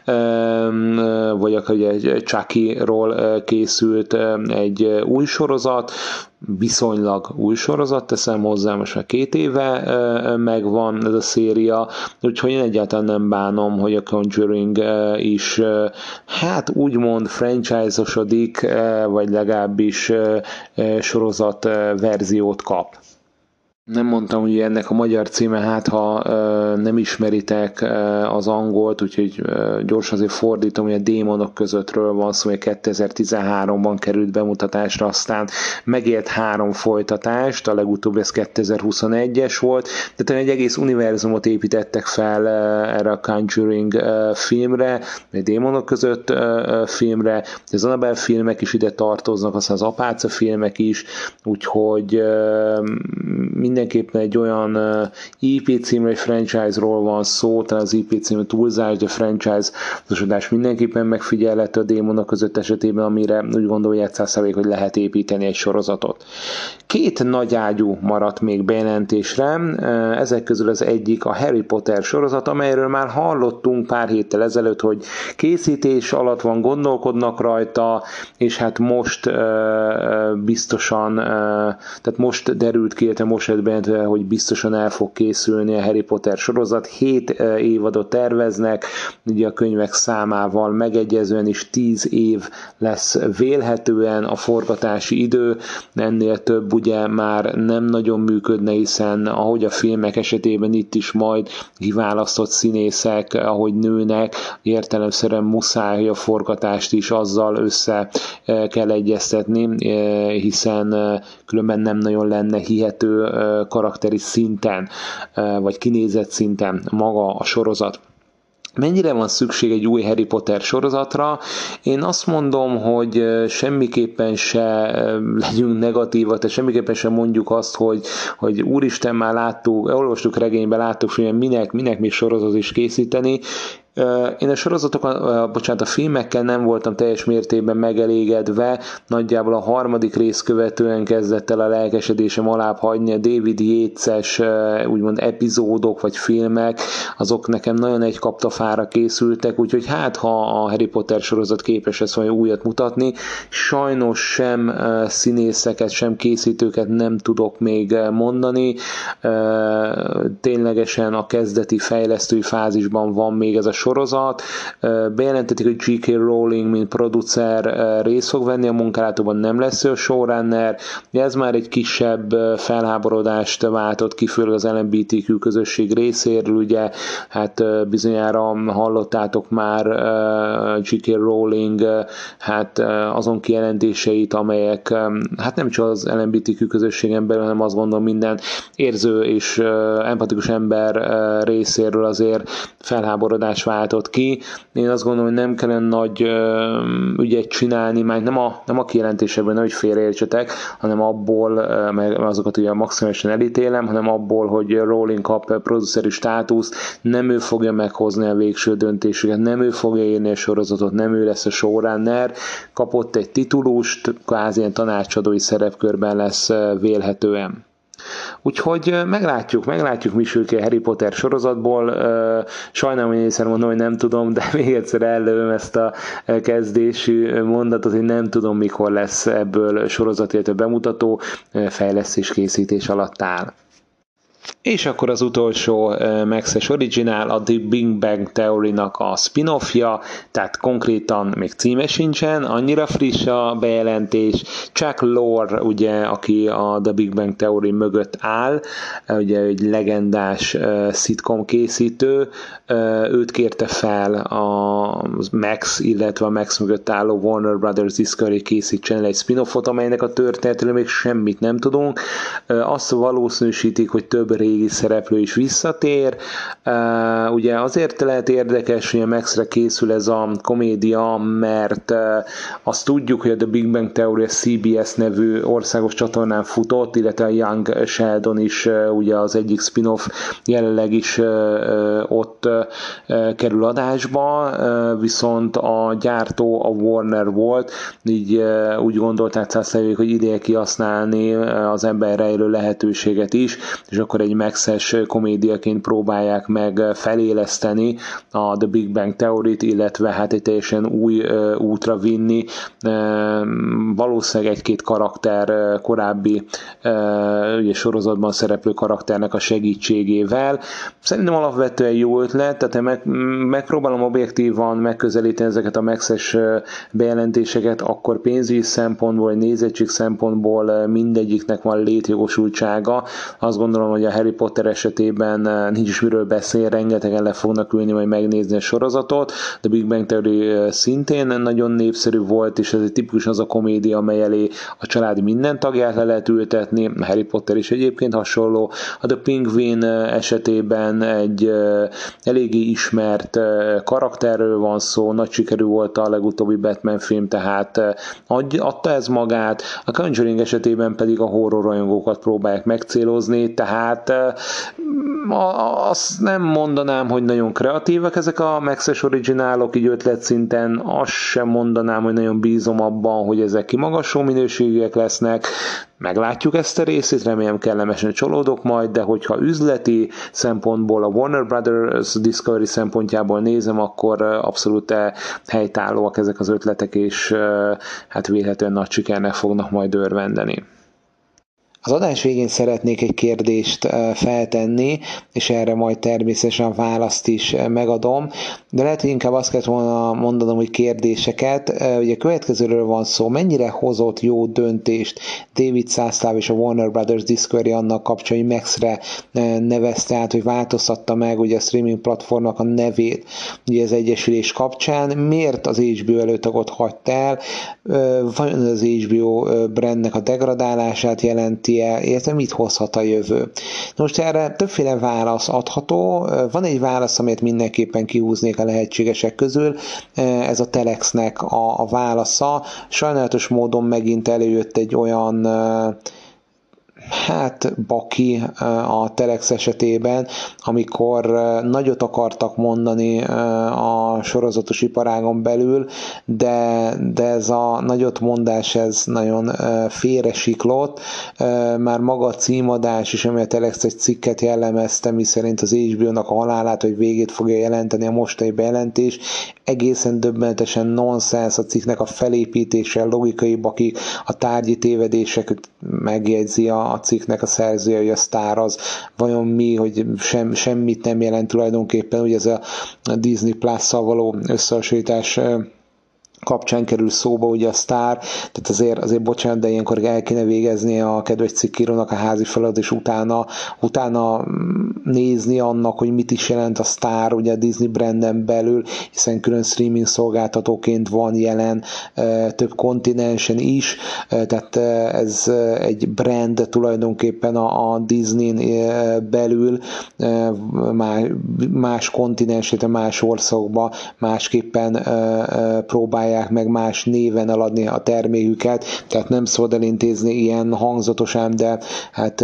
Speaker 1: vagy akár ugye Chucky-ról készült egy új sorozat, viszonylag új sorozat, teszem hozzá, most már két éve megvan ez a széria, úgyhogy én egyáltalán nem bánom, hogy a Conjuring is hát úgymond franchise-osodik, vagy legalábbis sorozat verziót kap. Nem mondtam, hogy ennek a magyar címe, hát ha ö, nem ismeritek ö, az angolt, úgyhogy ö, gyorsan azért fordítom, hogy a Démonok közöttről van szó, hogy kétezer-tizenháromban került bemutatásra, aztán megélt három folytatást, a legutóbbi ez kétezer-huszonegyes volt, tehát egy egész univerzumot építettek fel ö, erre a Conjuring ö, filmre, a Démonok között ö, filmre, az Annabelle filmek is ide tartoznak, aztán az Apáca filmek is, úgyhogy ö, minden mindenképpen egy olyan í pé címre, egy franchise-ról van szó, talán az í pé cím túlzás, de franchise-osodás mindenképpen megfigyelhető a Démonok között esetében, amire úgy gondolják száz százalék, hogy lehet építeni egy sorozatot. Két nagy ágyú maradt még bejelentésre, ezek közül az egyik a Harry Potter sorozat, amelyről már hallottunk pár héttel ezelőtt, hogy készítés alatt van, gondolkodnak rajta, és hát most biztosan, tehát most derült ki, illetve most bejelentve, hogy biztosan el fog készülni a Harry Potter sorozat. Hét évadot terveznek, ugye a könyvek számával megegyezően is tíz év lesz vélhetően a forgatási idő, ennél több ugye már nem nagyon működne, hiszen ahogy a filmek esetében itt is majd kiválasztott színészek, ahogy nőnek, értelemszerűen muszáj, hogy a forgatást is azzal össze kell egyeztetni, hiszen különben nem nagyon lenne hihető karakteri szinten, vagy kinézett szinten maga a sorozat. Mennyire van szükség egy új Harry Potter sorozatra? Én azt mondom, hogy semmiképpen se legyünk negatívak, tehát semmiképpen se mondjuk azt, hogy, hogy úristen, már láttuk, olvastuk regényben, láttuk, hogy minek, minek még sorozat is készíteni. Én a sorozatokkal, bocsánat, a filmekkel nem voltam teljes mértékben megelégedve, nagyjából a harmadik rész követően kezdett el a lelkesedésem alább hagyni, a David Yates-es úgymond epizódok vagy filmek, azok nekem nagyon egy kaptafára készültek, úgyhogy hát ha a Harry Potter sorozat képes lesz valami újat mutatni, sajnos sem színészeket, sem készítőket nem tudok még mondani, ténylegesen a kezdeti fejlesztői fázisban van még ez a sorozat. Bejelentetik, hogy gé ká Rowling, mint producer részt fog venni a munkálatokban, nem lesz ő a showrunner. Ez már egy kisebb felháborodást váltott ki, főleg az el em bé té kú közösség részéről, ugye, hát bizonyára hallottátok már gé ká Rowling hát azon kijelentéseit, amelyek hát nem csak az el em bé té kú közösségen belül, hanem azt gondolom minden érző és empatikus ember részéről azért felháborodás váltott ki. Én azt gondolom, hogy nem kellene nagy ö, ügyet csinálni, már nem a, nem a kijelentésekben, nem hogy félreértsetek, hanem abból, mert azokat ugye maximálisan elítélem, hanem abból, hogy Rowling kap produceri státuszt, nem ő fogja meghozni a végső döntéseket, nem ő fogja írni a sorozatot, nem ő lesz a showrunner, kapott egy titulust, kvázi ilyen tanácsadói szerepkörben lesz vélhetően. Úgyhogy meglátjuk, meglátjuk, mi sül ki a Harry Potter sorozatból. Sajnálom, hogy egyszer mondom, hogy nem tudom, de még egyszer ellövöm ezt a kezdésű mondatot, hogy nem tudom, mikor lesz ebből sorozat, illetve bemutató, fejlesztés készítés alatt áll. És akkor az utolsó uh, Max-es originál, a The Big Bang Theory-nak a spin-offja, tehát konkrétan még címe sincsen, annyira friss a bejelentés. Chuck Lorre, ugye, aki a The Big Bang Theory mögött áll, ugye egy legendás uh, szitkom készítő, uh, őt kérte fel a Max, illetve a Max mögött álló Warner Brothers Discovery készítsen egy spin-offot, amelynek a történetéről még semmit nem tudunk. Uh, azt valószínűsítik, hogy több régi szereplő is visszatér. Uh, ugye azért lehet érdekes, hogy a Maxre készül ez a komédia, mert uh, azt tudjuk, hogy a The Big Bang Theory a cé bé es nevű országos csatornán futott, illetve a Young Sheldon is uh, ugye az egyik spin-off jelenleg is uh, ott uh, kerül adásba, uh, viszont a gyártó a Warner volt, így uh, úgy gondolták százalékig, hogy ideje kihasználni uh, az ember rejlő lehetőséget is, és akkor egy Max-es komédiaként próbálják meg feléleszteni a The Big Bang Theory-t, illetve hát egy teljesen új uh, útra vinni. Uh, valószínűleg egy-két karakter uh, korábbi uh, ugye sorozatban szereplő karakternek a segítségével. Szerintem alapvetően jó ötlet, tehát meg, megpróbálom objektívan megközelíteni ezeket a Max-es uh, bejelentéseket, akkor pénzügyi szempontból, vagy nézettség szempontból uh, mindegyiknek van létjogosultsága. Azt gondolom, hogy a Harry Potter esetében nincs is miről beszél, rengetegen le fognak ülni, majd megnézni a sorozatot. The Big Bang Theory szintén nagyon népszerű volt, és ez egy tipikus az a komédia, amely elé a család minden tagját le lehet ültetni. A Harry Potter is egyébként hasonló. A The Penguin esetében egy eléggé ismert karakterről van szó, nagy sikerű volt a legutóbbi Batman film, tehát adta ez magát. A Conjuring esetében pedig a horror rajongókat próbálják megcélozni, tehát azt nem mondanám, hogy nagyon kreatívak ezek a Max-es originálok, így ötletszinten, azt sem mondanám, hogy nagyon bízom abban, hogy ezek kimagasló minőségűek lesznek. Meglátjuk ezt a részét, remélem kellemesen csalódok majd, de hogyha üzleti szempontból, a Warner Brothers Discovery szempontjából nézem, akkor abszolút helytállóak ezek az ötletek, és hát vélhetően nagy sikernek fognak majd örvendeni. Az adás végén szeretnék egy kérdést feltenni, és erre majd természetesen a választ is megadom, de lehet, hogy inkább azt kellett volna mondanom, hogy kérdéseket. Ugye a következőről van szó, mennyire hozott jó döntést David Zaslav és a Warner Brothers Discovery annak kapcsán, hogy Maxre nevezte át, hogy változtatta meg ugye a streaming platformnak a nevét ugye az egyesülés kapcsán. Miért az há bé o előtagot hagyta el? Vajon az há bé o brandnek a degradálását jelenti, illetve mit hozhat a jövő. Most erre többféle válasz adható. Van egy válasz, amit mindenképpen kihúznék a lehetségesek közül. Ez a Telexnek a, a válasza. Sajnálatos módon megint előjött egy olyan hát baki a Telex esetében, amikor nagyot akartak mondani a sorozatos iparágon belül, de, de ez a nagyot mondás ez nagyon félresiklott. Már maga a címadás is, ami a Telex egy cikket jellemezte, miszerint az há bé o-nak a halálát, hogy végét fogja jelenteni a mostani bejelentés, egészen döbbenetesen nonsens a cikknek a felépítése, a logikai bakik, a tárgyi tévedések, megjegyzi a, a cikknek a szerzője, hogy a sztár az vajon mi, hogy sem, semmit nem jelent tulajdonképpen, ugye ez a Disney Plus-szal való összehasonlítás kapcsán kerül szóba ugye a sztár, tehát azért, azért bocsánat, de ilyenkor el kéne végezni a kedves cikkírónak a házi feladat, és utána, utána nézni annak, hogy mit is jelent a sztár ugye a Disney branden belül, hiszen külön streaming szolgáltatóként van jelen több kontinensen is, tehát ez egy brand tulajdonképpen a, a Disney-n belül más kontinensen, más országokban másképpen próbálják meg más néven eladni a terméküket, tehát nem szabad elintézni ilyen hangzatosan, de hát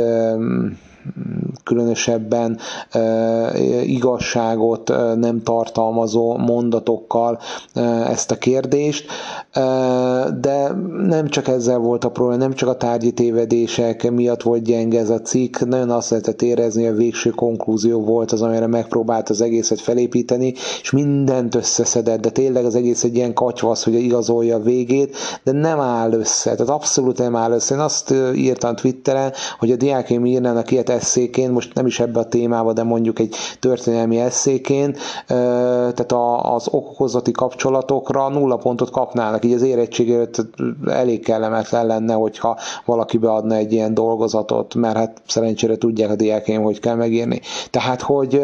Speaker 1: különösebben uh, igazságot uh, nem tartalmazó mondatokkal uh, ezt a kérdést, uh, de nem csak ezzel volt a probléma, nem csak a tárgyi tévedések miatt volt gyenge ez a cikk, nagyon azt lehetett érezni, a végső konklúzió volt az, amire megpróbált az egészet felépíteni, és mindent összeszedett, de tényleg az egész egy ilyen katyvasz, hogy igazolja a végét, de nem áll össze, tehát abszolút nem áll össze. Én azt írtam Twitteren, hogy a diákjaim írnának ilyet esszéként, most nem is ebbe a témába, de mondjuk egy történelmi esszéként, tehát az okokozati kapcsolatokra nulla pontot kapnának, így az érettségére elég kellemetlen lenne, hogyha valaki beadna egy ilyen dolgozatot, mert hát szerencsére tudják a diákjaim, hogy kell megírni. Tehát, hogy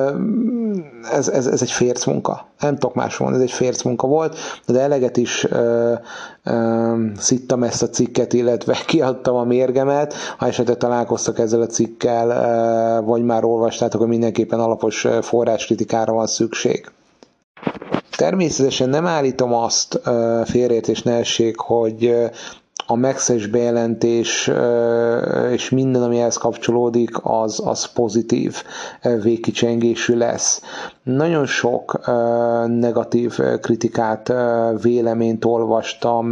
Speaker 1: ez, ez, ez egy férc munka. Nem tudok más mondani, ez egy férc munka volt, de eleget is ö, ö, szittam ezt a cikket, illetve kiadtam a mérgemet. Ha esetleg találkoztak ezzel a cikkel, ö, vagy már olvastátok, hogy mindenképpen alapos forráskritikára van szükség. Természetesen nem állítom azt, félreértés ne essék, hogy a Max-es bejelentés és minden, ami ehhez kapcsolódik, az, az pozitív végkicsengésű lesz. Nagyon sok negatív kritikát, véleményt olvastam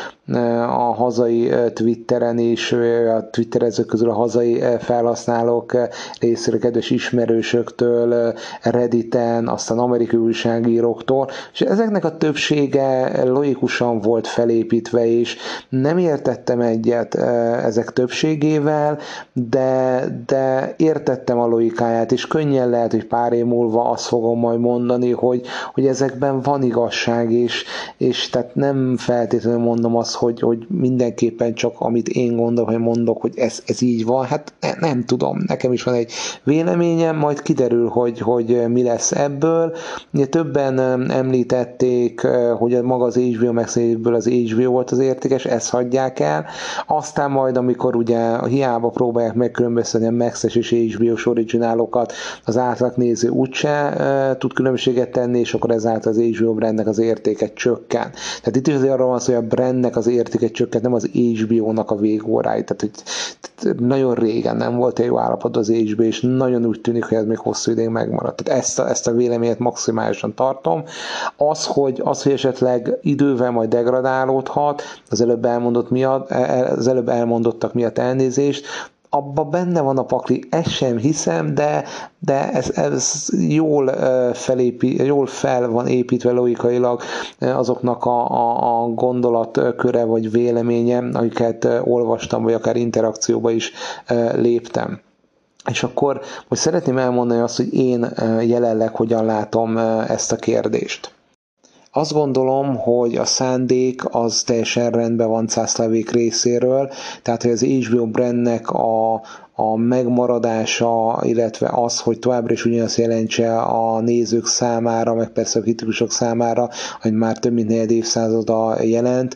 Speaker 1: a hazai Twitteren is, a twitterezők közül a hazai felhasználók részéről, kedves ismerősöktől, Redditen, aztán amerikai újságíróktól, és ezeknek a többsége logikusan volt felépítve, és nem értettem egyet ezek többségével, de, de értettem a logikáját, és könnyen lehet, hogy pár év múlva azt fogom majd mondani, hogy, hogy ezekben van igazság, és, és tehát nem feltétlenül mondom azt, hogy, hogy mindenképpen csak amit én gondolom, hogy mondok, hogy ez, ez így van, hát ne, nem tudom, nekem is van egy véleményem, majd kiderül, hogy, hogy mi lesz ebből. Ugye többen említették, hogy maga az há bé o Max-ből az há bé o volt az értékes, ezt hagyják el, aztán majd, amikor ugye hiába próbálják megkülönböztetni a Max-es és há bé o-s originálokat, az átlagnéző úgyse uh, tud különbséget tenni, és akkor ezáltal az há bé o brandnek az értéke csökken. Tehát itt is azért arról van szó, hogy a brandnek az értéke csökkent, nem az há bé o-nak a végóráig. Tehát, hogy tehát nagyon régen nem volt egy jó állapotban az há bé, és nagyon úgy tűnik, hogy ez még hosszú ideig megmaradt. Tehát ezt a, ezt a véleményet maximálisan tartom. Az, hogy, az, hogy esetleg idővel majd degradálódhat, az előbb elmondott miatt, az előbb elmondottak miatt elnézést, abban benne van a pakli, ezt sem hiszem, de, de ez, ez jól, felépi, jól fel van építve logikailag azoknak a, a, a gondolatköre vagy véleménye, amiket olvastam, vagy akár interakcióba is léptem. És akkor most szeretném elmondani azt, hogy én jelenleg hogyan látom ezt a kérdést. Azt gondolom, hogy a szándék az teljesen rendben van Zászlavék részéről, tehát hogy az há bé o brandnek a, a megmaradása, illetve az, hogy továbbra is ugyanazt jelentse a nézők számára, meg persze a kritikusok számára, hogy már több mint negyed évszázada jelent,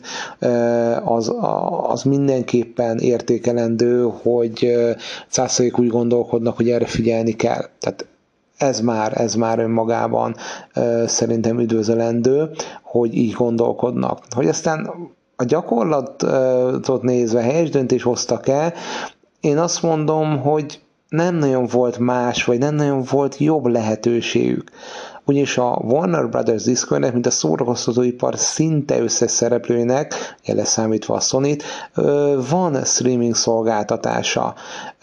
Speaker 1: az, az mindenképpen értékelendő, hogy Zászlavék úgy gondolkodnak, hogy erre figyelni kell. Tehát Ez már, ez már önmagában uh, szerintem üdvözölendő, hogy így gondolkodnak. Hogy aztán a gyakorlatot nézve helyes döntés hoztak-e, én azt mondom, hogy nem nagyon volt más, vagy nem nagyon volt jobb lehetőségük. Ugyanis a Warner Brothers Discoverynek, mint a szórakoztatóipar szinte összes szereplőinek, leszámítva a Sony-t, van streaming szolgáltatása.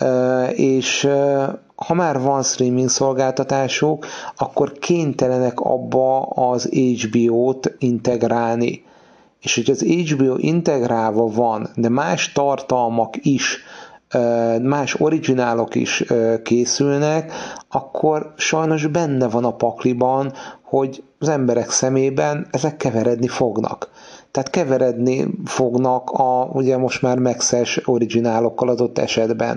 Speaker 1: És ha már van streaming szolgáltatásuk, akkor kénytelenek abba az há bé o-t integrálni. És hogy az há bé o integrálva van, de más tartalmak is, más originálok is készülnek, akkor sajnos benne van a pakliban, hogy az emberek szemében ezek keveredni fognak. Tehát keveredni fognak a, ugye most már Max-es originálokkal adott esetben.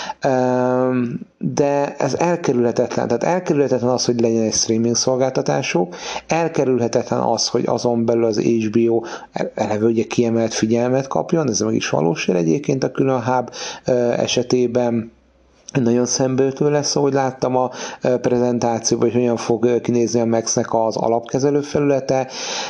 Speaker 1: De ez elkerülhetetlen. Tehát elkerülhetetlen az, hogy legyen egy streaming szolgáltatásuk, elkerülhetetlen az, hogy azon belül az há bé o eleve ugye kiemelt figyelmet kapjon, ez meg is valósul egyébként a külön hub esetében. Nagyon szembeötlő lesz, ahogy láttam a prezentációban, hogy hogyan fog kinézni a Max-nek az alapkezelő felülete.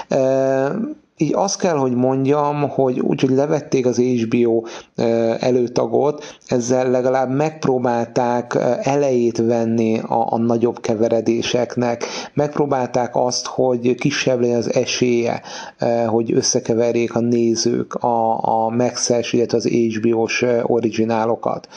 Speaker 1: Így azt kell, hogy mondjam, hogy úgy, hogy levették az há bé o előtagot, ezzel legalább megpróbálták elejét venni a, a nagyobb keveredéseknek, megpróbálták azt, hogy kisebb legyen az esélye, hogy összekeverjék a nézők a, a Max-es, illetve az há bé o-s originálokat.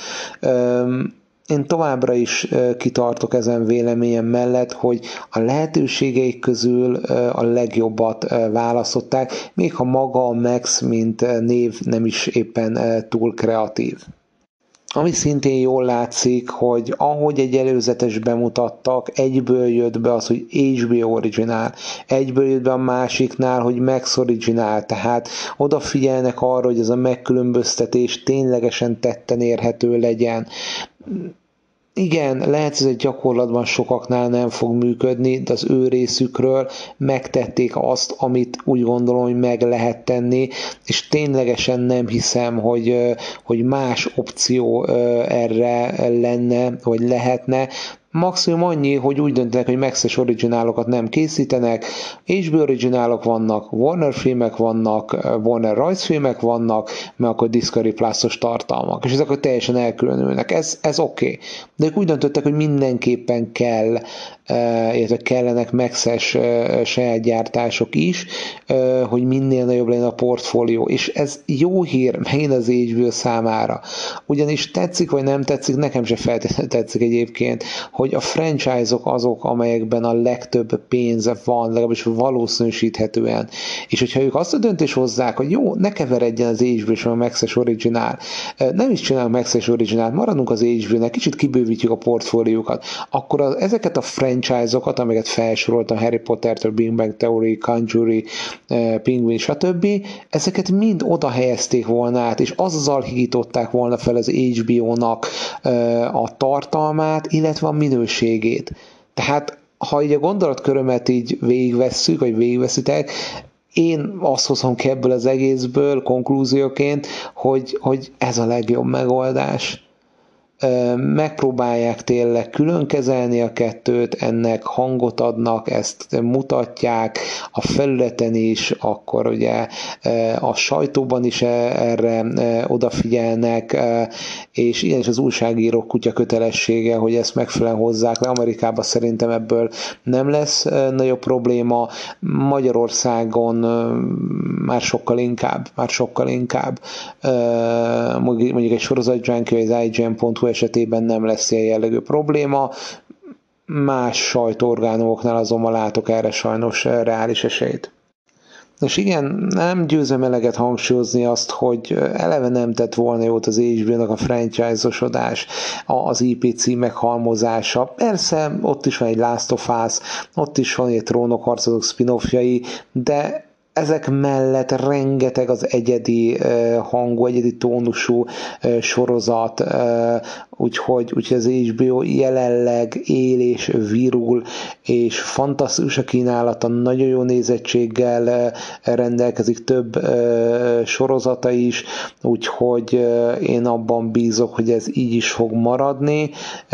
Speaker 1: Én továbbra is kitartok ezen véleményem mellett, hogy a lehetőségeik közül a legjobbat választották, még ha maga a Max, mint név nem is éppen túl kreatív. Ami szintén jól látszik, hogy ahogy egy előzetes bemutattak, egyből jött be az, hogy há bé o Original, egyből jött be a másiknál, hogy Max Original, tehát odafigyelnek arra, hogy ez a megkülönböztetés ténylegesen tetten érhető legyen. Igen, lehet, hogy ez egy gyakorlatban sokaknál nem fog működni, de az ő részükről megtették azt, amit úgy gondolom, hogy meg lehet tenni, és ténylegesen nem hiszem, hogy, hogy más opció erre lenne, vagy lehetne. Maximum annyi, hogy úgy döntenek, hogy Max-es originálokat nem készítenek, há bé o originálok vannak, Warner filmek vannak, Warner rajzfilmek vannak, mert akkor Discovery Plus-os tartalmak, és ezek akkor teljesen elkülönülnek. Ez, ez oké. Okay. De ők úgy döntöttek, hogy mindenképpen kell, illetve kellenek Max-es saját gyártások is, hogy minél nagyobb legyen a portfólió. És ez jó hír megint az há bé o számára. Ugyanis tetszik, vagy nem tetszik, nekem se feltétlenül tetszik egyébként, hogy a franchise-ok azok, amelyekben a legtöbb pénz van, legalábbis valószínűsíthetően. És hogyha ők azt a döntést hozzák, hogy jó, ne keveredjen az há bé o és a Max-es originál, nem is csinálunk Max-es originált, maradunk az há bé o-nek, kicsit kibővítjük a portfóliókat, akkor az, ezeket a franchise-okat, amiket felsoroltam, Harry Potter-től, Big Bang Theory, Conjuring, Penguin, stb., ezeket mind oda helyezték volna át, és azzal higították volna fel az há bé o-nak a tartalmát, illetve a minőségét. Tehát, ha így a gondolatkörömet így végigvesszük, vagy végigveszitek, én azt hozom ki ebből az egészből konklúzióként, hogy, hogy ez a legjobb megoldás. Megpróbálják tényleg külön kezelni a kettőt, ennek hangot adnak, ezt mutatják a felületen is, akkor ugye a sajtóban is erre odafigyelnek, és ilyen is az újságírók kutya kötelessége, hogy ezt megfelelően hozzák le. Amerikában szerintem ebből nem lesz nagyobb probléma, Magyarországon már sokkal inkább, már sokkal inkább. Mondjuk egy sorozatjunkie, az i gé en pont hu esetében nem lesz ilyen jellegű probléma, más sajtóorgánumoknál azonban látok erre sajnos reális esélyt. És igen, nem győzöm eleget hangsúlyozni azt, hogy eleve nem tett volna jót az há bé o-nak a franchise-osodás, az i pé címek halmozása. Persze, ott is van egy Last of Us, ott is van egy Trónokharcosok spin-offjai, de ezek mellett rengeteg az egyedi hangú, egyedi tónusú sorozat, úgyhogy, úgyhogy az há bé o jelenleg él és virul, és fantasztikus a kínálata, nagyon jó nézettséggel rendelkezik, több sorozata is, úgyhogy én abban bízok, hogy ez így is fog maradni,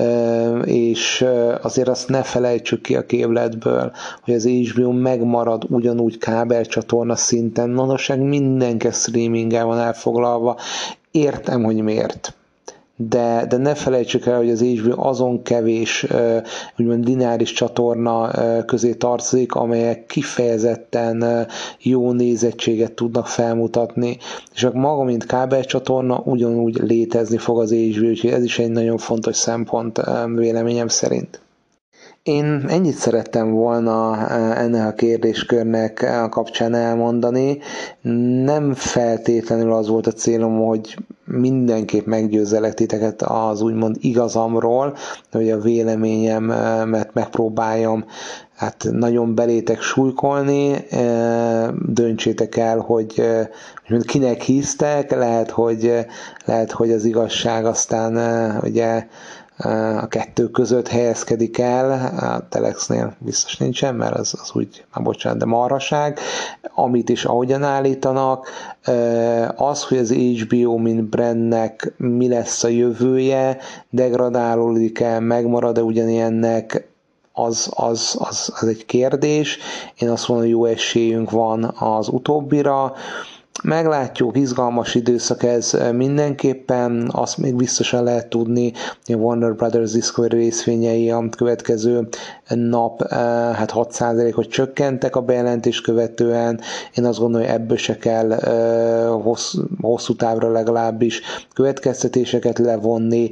Speaker 1: és azért azt ne felejtsük ki a képletből, hogy az há bé o megmarad ugyanúgy kábelcsatorna szinten, manapság mindenki streaminggel van elfoglalva, értem, hogy miért. De, de ne felejtsük el, hogy az há bé o azon kevés úgymond lineáris csatorna közé tartozik, amelyek kifejezetten jó nézettséget tudnak felmutatni, és a maga, mint kábelcsatorna ugyanúgy létezni fog az há bé o, úgyhogy ez is egy nagyon fontos szempont véleményem szerint. Én ennyit szerettem volna ennek a kérdéskörnek a kapcsán elmondani. Nem feltétlenül az volt a célom, hogy mindenképp meggyőzzelek titeket az úgymond igazamról, hogy a véleményemet megpróbáljam hát nagyon belétek súlykolni, döntsétek el, hogy, hogy kinek hisztek, lehet, hogy, lehet, hogy az igazság aztán ugye a kettő között helyezkedik el, a Telexnél biztos nincsen, mert az, az úgy, már bocsánat, de marhaság, amit is ahogyan állítanak, az, hogy az há bé o mint brandnek mi lesz a jövője, degradálódik-e, megmarad-e ugyanilyennek, az, az, az, az egy kérdés. Én azt mondom, hogy jó esélyünk van az utóbbira. Meglátjuk, izgalmas időszak ez mindenképpen, azt még biztosan lehet tudni, hogy a Warner Brothers Discovery részvényei a következő nap hát hat százalékot csökkentek a bejelentés követően. Én azt gondolom, hogy ebből se kell hosszú, hosszú távra legalábbis következtetéseket levonni.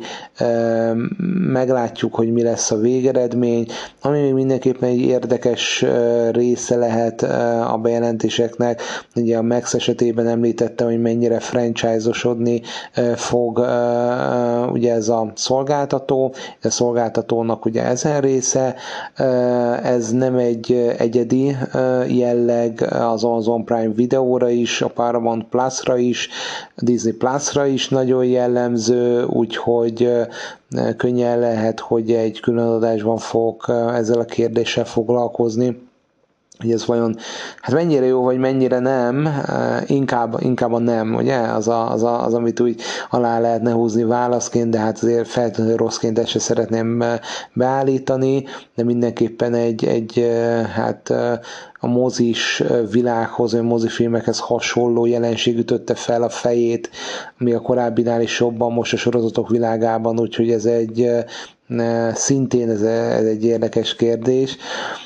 Speaker 1: Meglátjuk, hogy mi lesz a végeredmény. Ami még mindenképpen egy érdekes része lehet a bejelentéseknek, ugye a Max esetében említettem, hogy mennyire franchise-osodni fog ugye ez a szolgáltató, a szolgáltatónak ugye ezen része, ez nem egy egyedi jelleg, az Amazon Prime Videóra is, a Paramount Plus-ra is, a Disney Plus-ra is nagyon jellemző, úgyhogy könnyen lehet, hogy egy külön adásban fogok ezzel a kérdéssel foglalkozni, hogy ez vajon, hát mennyire jó, vagy mennyire nem, inkább, inkább a nem, ugye, az, a, az, a, az, amit úgy alá lehetne húzni válaszként, de hát azért feltétlenül rosszként ezt se szeretném beállítani, de mindenképpen egy, egy hát a mozis világhoz, vagy a mozifilmekhez hasonló jelenség ütötte fel a fejét, ami a korábbinál is jobban most a sorozatok világában, úgyhogy ez egy szintén ez, ez egy érdekes kérdés.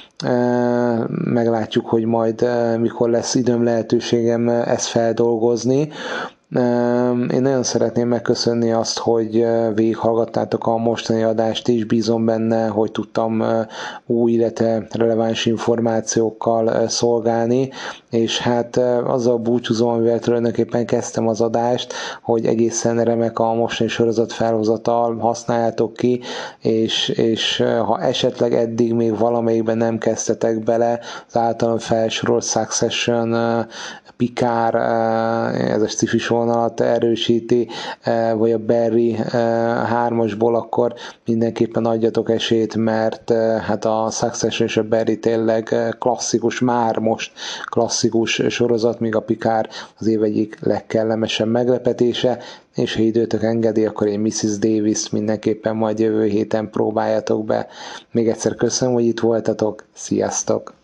Speaker 1: Meglátjuk, hogy majd mikor lesz időm, lehetőségem ezt feldolgozni. Én nagyon szeretném megköszönni azt, hogy végighallgattátok a mostani adást is, bízom benne, hogy tudtam új, illetve releváns információkkal szolgálni, és hát azzal búcsúzom, amivel tulajdonképpen kezdtem az adást, hogy egészen remek a mostani sorozat felhozatal, használjátok ki, és, és ha esetleg eddig még valamelyikben nem kezdtetek bele, az általán felsorolt Succession, Picard, ez a sci-fi vonalat erősíti, vagy a Barry hármasból, akkor mindenképpen adjatok esélyt, mert hát a Succession és a Barry tényleg klasszikus, már most klasszikus sorozat, míg a Picard az év egyik legkellemesebb meglepetése, és ha időtök engedi, akkor én missziz Davis mindenképpen majd jövő héten próbáljatok be. Még egyszer köszönöm, hogy itt voltatok, sziasztok!